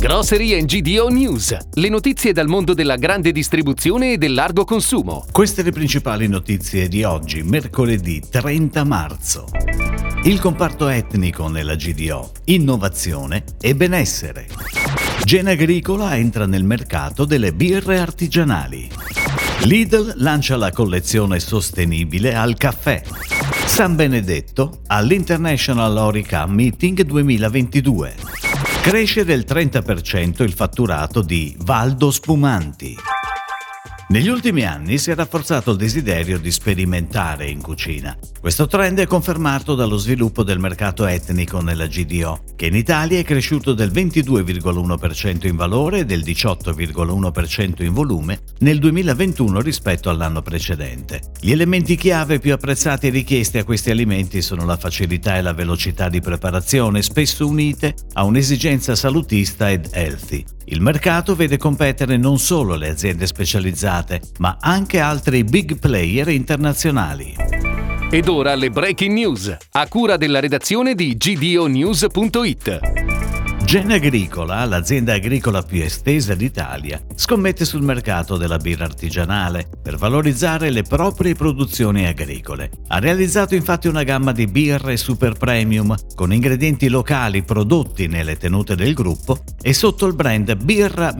Grocery & GDO News, le notizie dal mondo della grande distribuzione e del largo consumo. Queste le principali notizie di oggi, mercoledì 30 marzo. Il comparto etnico nella GDO, innovazione e benessere. Gene Agricola entra nel mercato delle birre artigianali. Lidl lancia la collezione sostenibile al caffè. San Benedetto all'International HoReCa Meeting 2022. Cresce del 30% il fatturato di Valdo Spumanti. Negli ultimi anni si è rafforzato il desiderio di sperimentare in cucina. Questo trend è confermato dallo sviluppo del mercato etnico nella GDO, che in Italia è cresciuto del 22,1% in valore e del 18,1% in volume nel 2021 rispetto all'anno precedente. Gli elementi chiave più apprezzati e richiesti a questi alimenti sono la facilità e la velocità di preparazione, spesso unite a un'esigenza salutista ed healthy. Il mercato vede competere non solo le aziende specializzate, ma anche altri big player internazionali. Ed ora le breaking news, a cura della redazione di gdonews.it. Gene Agricola, l'azienda agricola più estesa d'Italia, scommette sul mercato della birra artigianale per valorizzare le proprie produzioni agricole. Ha realizzato infatti una gamma di birre super premium con ingredienti locali prodotti nelle tenute del gruppo e sotto il brand Birra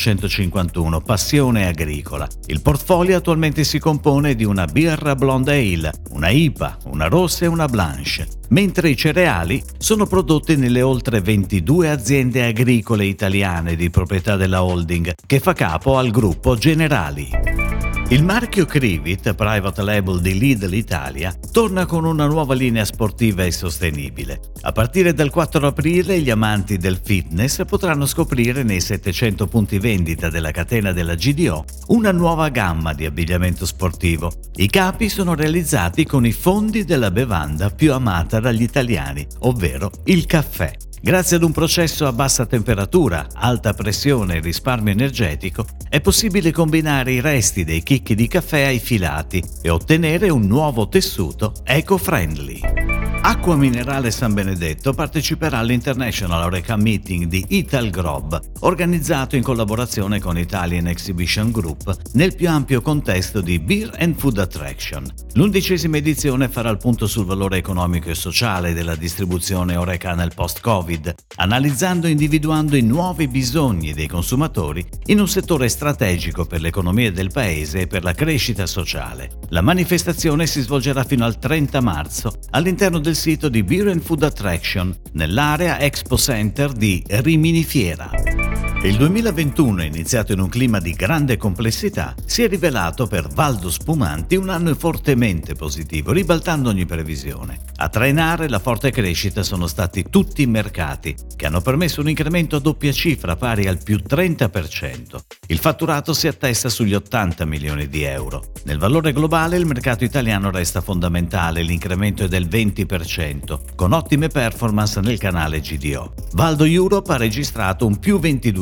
1851 Passione Agricola. Il portfolio attualmente si compone di una birra blonde ale, una IPA, una rossa e una blanche, mentre i cereali sono prodotti nelle oltre 22 aziende agricole italiane di proprietà della holding che fa capo al gruppo Generali. Il marchio Crivit, private label di Lidl Italia, torna con una nuova linea sportiva e sostenibile. A partire dal 4 aprile gli amanti del fitness potranno scoprire nei 700 punti vendita della catena della GDO una nuova gamma di abbigliamento sportivo. I capi sono realizzati con i fondi della bevanda più amata dagli italiani, ovvero il caffè. Grazie ad un processo a bassa temperatura, alta pressione e risparmio energetico, è possibile combinare i resti dei chicchi di caffè ai filati e ottenere un nuovo tessuto eco-friendly. Acqua Minerale San Benedetto parteciperà all'International HoReCa Meeting di Italgrob, organizzato in collaborazione con Italian Exhibition Group nel più ampio contesto di Beer and Food Attraction. L'11ª edizione farà il punto sul valore economico e sociale della distribuzione HoReCa nel post-Covid, analizzando e individuando i nuovi bisogni dei consumatori in un settore strategico per l'economia del paese e per la crescita sociale. La manifestazione si svolgerà fino al 30 marzo all'interno del sito di Beer and Food Attraction nell'area Expo Center di Rimini Fiera. Il 2021, iniziato in un clima di grande complessità, si è rivelato per Valdo Spumanti un anno fortemente positivo, ribaltando ogni previsione. A trainare la forte crescita sono stati tutti i mercati, che hanno permesso un incremento a doppia cifra pari al più 30%. Il fatturato si attesta sugli 80 milioni di euro. Nel valore globale il mercato italiano resta fondamentale, l'incremento è del 20%, con ottime performance nel canale GDO. Valdo Europe ha registrato un più 22%,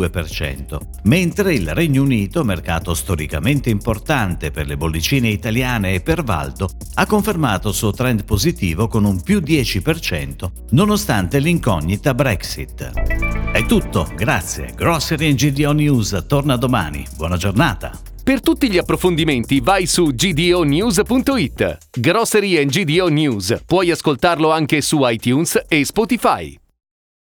mentre il Regno Unito, mercato storicamente importante per le bollicine italiane e per Valdo, ha confermato il suo trend positivo con un più 10%, nonostante l'incognita Brexit. È tutto, grazie. Grocery & GDO News torna domani. Buona giornata. Per tutti gli approfondimenti vai su gdonews.it. Grocery & GDO News. Puoi ascoltarlo anche su iTunes e Spotify.